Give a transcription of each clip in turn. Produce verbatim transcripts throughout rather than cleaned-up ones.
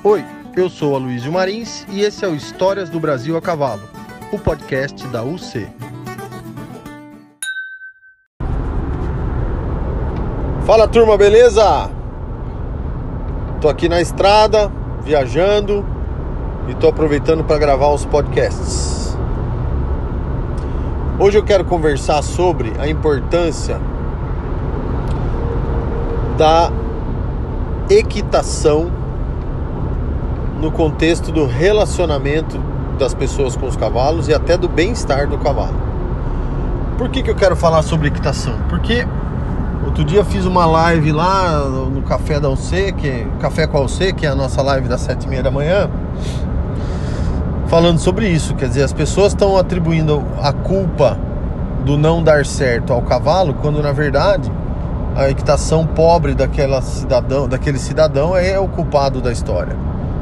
Oi, eu sou Aloysio Marins e esse é o Histórias do Brasil a Cavalo, o podcast da U C. Fala turma, beleza? Tô aqui na estrada, viajando e tô aproveitando para gravar os podcasts. Hoje eu quero conversar sobre a importância da equitação no contexto do relacionamento das pessoas com os cavalos e até do bem-estar do cavalo. Por que que eu quero falar sobre equitação? Porque outro dia eu fiz uma live lá no Café da U C, que é Café com a U C, que é a nossa live das sete e meia da manhã, falando sobre isso. Quer dizer, as pessoas estão atribuindo a culpa do não dar certo ao cavalo, quando na verdade a equitação pobre daquela cidadão, daquele cidadão é o culpado da história.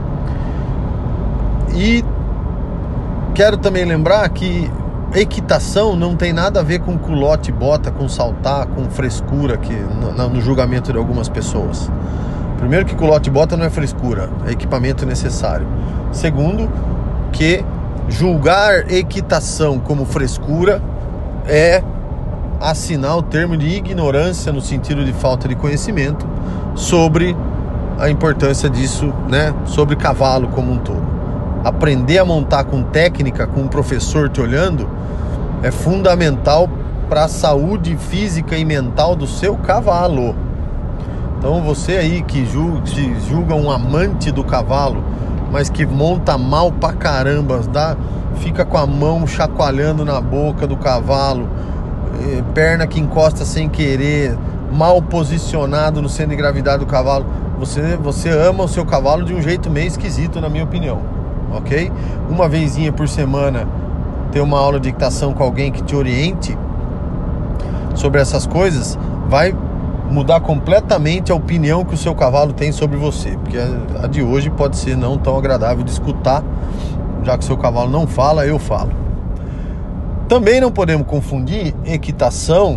E quero também lembrar que equitação não tem nada a ver com culote e bota, com saltar, com frescura que, no, no julgamento de algumas pessoas. Primeiro que culote e bota não é frescura, é equipamento necessário. Segundo, que julgar equitação como frescura é assinar o termo de ignorância no sentido de falta de conhecimento sobre a importância disso, né, sobre cavalo como um todo. Aprender a montar com técnica, com um professor te olhando, é fundamental para a saúde física e mental do seu cavalo. Então você aí que julga, que julga um amante do cavalo, mas que monta mal pra caramba, dá, fica com a mão chacoalhando na boca do cavalo, perna que encosta sem querer, mal posicionado no centro de gravidade do cavalo, você, você ama o seu cavalo de um jeito meio esquisito, na minha opinião. Ok? Uma vezinha por semana ter uma aula de equitação com alguém que te oriente sobre essas coisas vai mudar completamente a opinião que o seu cavalo tem sobre você, porque a de hoje pode ser não tão agradável de escutar, já que o seu cavalo não fala, eu falo. Também não podemos confundir equitação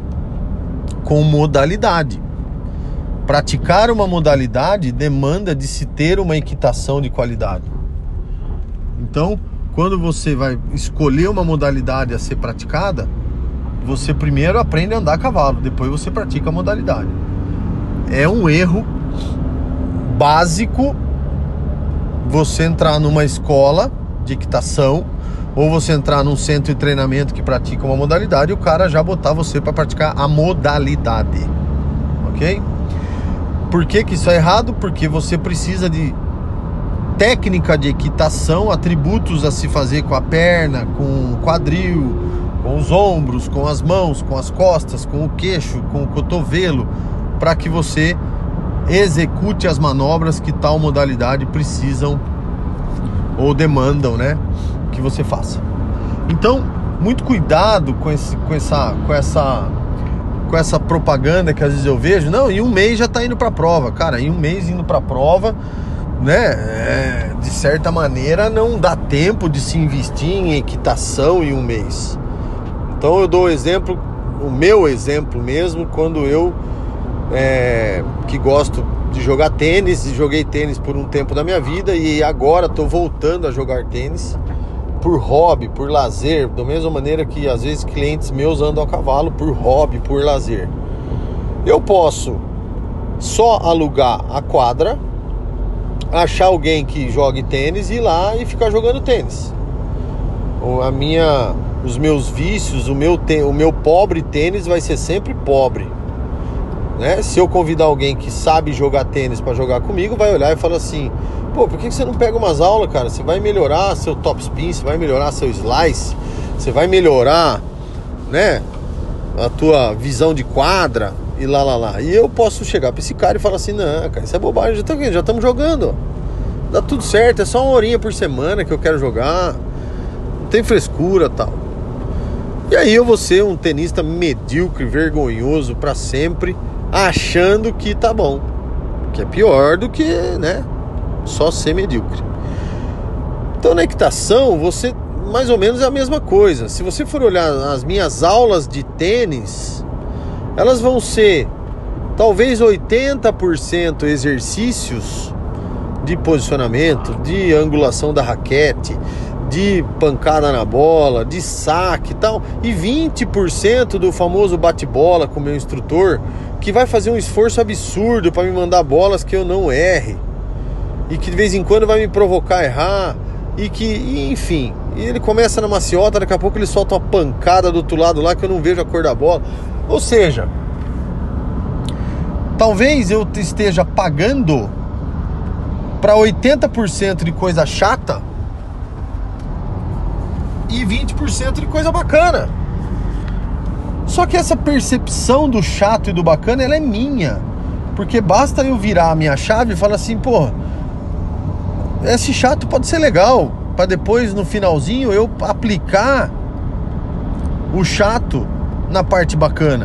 com modalidade. Praticar uma modalidade demanda de se ter uma equitação de qualidade. Então, quando você vai escolher uma modalidade a ser praticada, você primeiro aprende a andar a cavalo, depois você pratica a modalidade. É um erro básico você entrar numa escola de equitação ou você entrar num centro de treinamento que pratica uma modalidade e o cara já botar você para praticar a modalidade, ok? Por que que isso é errado? Porque você precisa de técnica de equitação, atributos a se fazer com a perna, com o quadril, com os ombros, com as mãos, com as costas, com o queixo, com o cotovelo, para que você execute as manobras que tal modalidade precisam ou demandam, né, que você faça. Então, muito cuidado com, esse, com, essa, com, essa, com essa propaganda que às vezes eu vejo. Não, em um mês já está indo para a prova. Cara, em um mês indo para a prova, né, é, de certa maneira não dá tempo de se investir em equitação em um mês. Então eu dou o exemplo, o meu exemplo mesmo, quando eu é, que gosto de jogar tênis, e joguei tênis por um tempo da minha vida e agora estou voltando a jogar tênis por hobby, por lazer, da mesma maneira que às vezes clientes meus andam a cavalo por hobby, por lazer. Eu posso só alugar a quadra, achar alguém que jogue tênis e ir lá e ficar jogando tênis. A minha, os meus vícios, o meu, te, o meu pobre tênis vai ser sempre pobre, né? Se eu convidar alguém que sabe jogar tênis para jogar comigo, vai olhar e falar assim: pô, por que você não pega umas aulas, cara? Você vai melhorar seu topspin, você vai melhorar seu slice, você vai melhorar, né, a tua visão de quadra e lá, lá, lá. E eu posso chegar pra esse cara e falar assim: não, cara, isso é bobagem, já estamos jogando, ó. Dá tudo certo, é só uma horinha por semana que eu quero jogar, não tem frescura, tal. E aí eu vou ser um tenista medíocre, vergonhoso pra sempre, achando que tá bom, que é pior do que, né, só ser medíocre. Então na equitação você mais ou menos é a mesma coisa. Se você for olhar as minhas aulas de tênis, elas vão ser talvez oitenta por cento exercícios de posicionamento, de angulação da raquete, de pancada na bola, de saque e tal, e vinte por cento do famoso bate-bola com o meu instrutor, que vai fazer um esforço absurdo para me mandar bolas que eu não erre, e que de vez em quando vai me provocar a errar, e que, e, enfim, e ele começa na maciota, daqui a pouco ele solta uma pancada do outro lado lá que eu não vejo a cor da bola. Ou seja, talvez eu esteja pagando para oitenta por cento de coisa chata e vinte por cento de coisa bacana. Só que essa percepção do chato e do bacana, ela é minha. Porque basta eu virar a minha chave e falar assim, pô, esse chato pode ser legal, para depois no finalzinho eu aplicar o chato na parte bacana.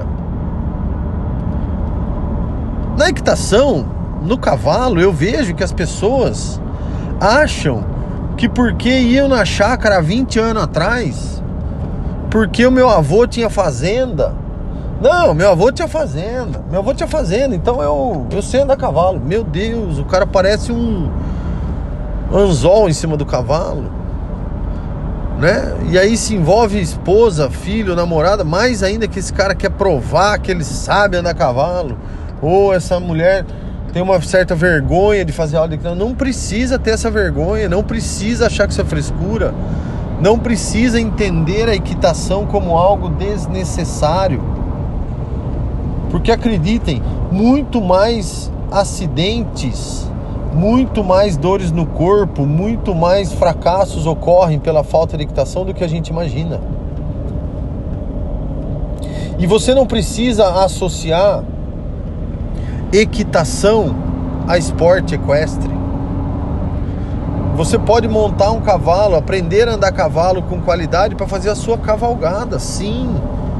Na equitação, no cavalo, eu vejo que as pessoas acham que porque iam na chácara há vinte anos atrás, porque o meu avô tinha fazenda. Não, meu avô tinha fazenda. Meu avô tinha fazenda, então eu, eu sei andar a cavalo. Meu Deus, o cara parece um anzol em cima do cavalo, né? E aí se envolve esposa, filho, namorada. Mais ainda que esse cara quer provar que ele sabe andar a cavalo. Ou essa mulher tem uma certa vergonha de fazer aula de equitação. Não precisa ter essa vergonha, não precisa achar que isso é frescura, não precisa entender a equitação como algo desnecessário. Porque acreditem, muito mais acidentes, muito mais dores no corpo, muito mais fracassos ocorrem pela falta de equitação do que a gente imagina. E você não precisa associar equitação a esporte equestre. Você pode montar um cavalo, aprender a andar a cavalo com qualidade para fazer a sua cavalgada, sim.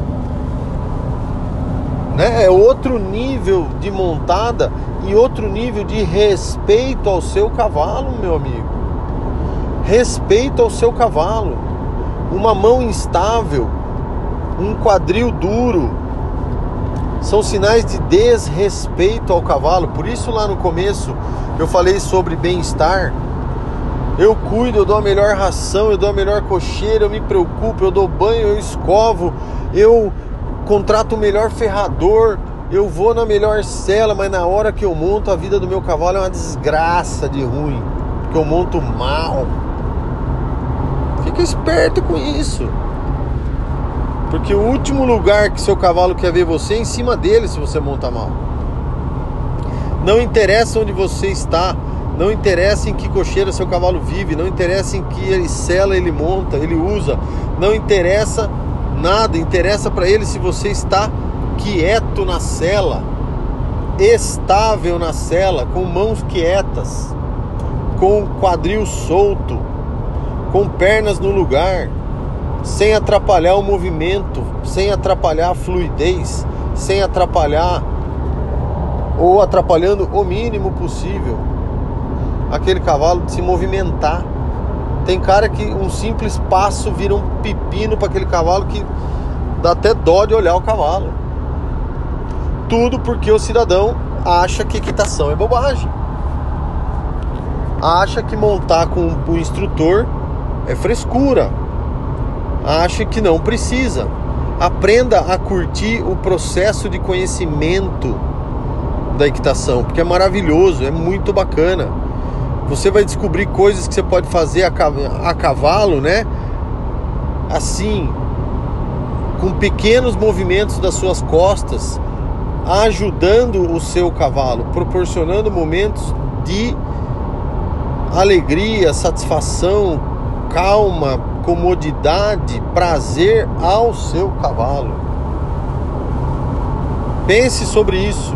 Né? É outro nível de montada e outro nível de respeito ao seu cavalo, meu amigo. Respeito ao seu cavalo. Uma mão instável, um quadril duro, são sinais de desrespeito ao cavalo. Por isso lá no começo eu falei sobre bem-estar. Eu cuido, eu dou a melhor ração, eu dou a melhor cocheira, eu me preocupo, eu dou banho, eu escovo, eu contrato o melhor ferrador, eu vou na melhor sela, mas na hora que eu monto, a vida do meu cavalo é uma desgraça de ruim, porque eu monto mal. Fica esperto com isso, porque o último lugar que seu cavalo quer ver você é em cima dele se você monta mal. Não interessa onde você está, não interessa em que cocheira seu cavalo vive, não interessa em que sela ele monta, ele usa, não interessa nada, interessa para ele se você está quieto na sela, estável na sela, com mãos quietas, com quadril solto, com pernas no lugar, sem atrapalhar o movimento, sem atrapalhar a fluidez, sem atrapalhar ou atrapalhando o mínimo possível aquele cavalo de se movimentar. Tem cara que um simples passo vira um pepino para aquele cavalo que dá até dó de olhar o cavalo. Tudo porque o cidadão acha que equitação é bobagem. Acha que montar com o instrutor é frescura. Acha que não precisa. Aprenda a curtir o processo de conhecimento da equitação, porque é maravilhoso, é muito bacana. Você vai descobrir coisas que você pode fazer a cavalo, né? Assim, com pequenos movimentos das suas costas, ajudando o seu cavalo, proporcionando momentos de alegria, satisfação, calma, comodidade, prazer ao seu cavalo. Pense sobre isso.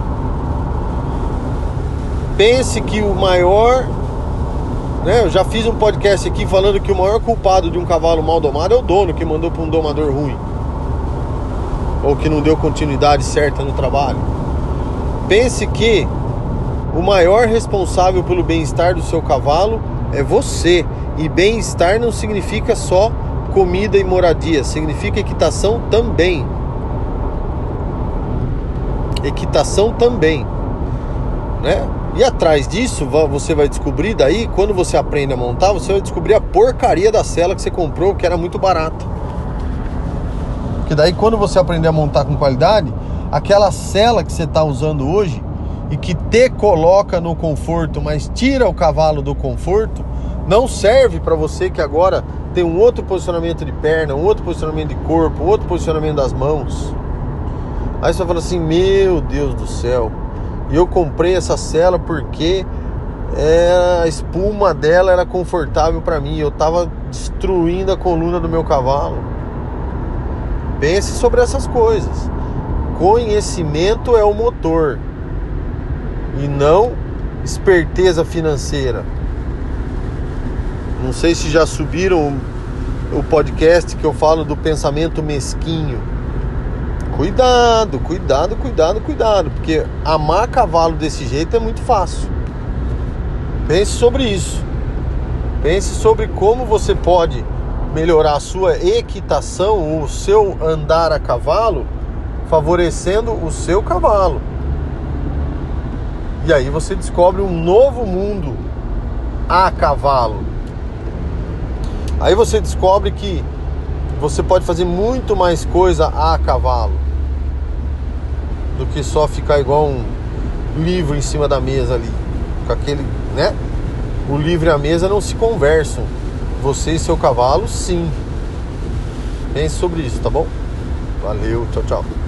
Pense que o maior... Né, eu já fiz um podcast aqui falando que o maior culpado de um cavalo mal domado é o dono, que mandou para um domador ruim, ou que não deu continuidade certa no trabalho. Pense que o maior responsável pelo bem-estar do seu cavalo é você. E bem-estar não significa só comida e moradia, significa equitação também. Equitação também, né? E atrás disso, você vai descobrir daí, quando você aprende a montar, você vai descobrir a porcaria da sela que você comprou, que era muito barata. Porque daí, quando você aprender a montar com qualidade, aquela sela que você está usando hoje e que te coloca no conforto, mas tira o cavalo do conforto, não serve para você que agora tem um outro posicionamento de perna, um outro posicionamento de corpo, um outro posicionamento das mãos. Aí você vai falar assim, meu Deus do céu, e eu comprei essa sela porque é, a espuma dela era confortável para mim, eu estava destruindo a coluna do meu cavalo. Pense sobre essas coisas. Conhecimento é o motor e não esperteza financeira. Não sei se já subiram o podcast que eu falo do pensamento mesquinho. Cuidado, cuidado, cuidado, cuidado, porque amar cavalo desse jeito é muito fácil. Pense sobre isso. Pense sobre como você pode melhorar a sua equitação, o seu andar a cavalo, favorecendo o seu cavalo. E aí você descobre um novo mundo a cavalo. Aí você descobre que você pode fazer muito mais coisa a cavalo do que só ficar igual um livro em cima da mesa ali, com aquele, né? O livro e a mesa não se conversam. Você e seu cavalo, sim. Pense sobre isso, tá bom? Valeu, tchau, tchau.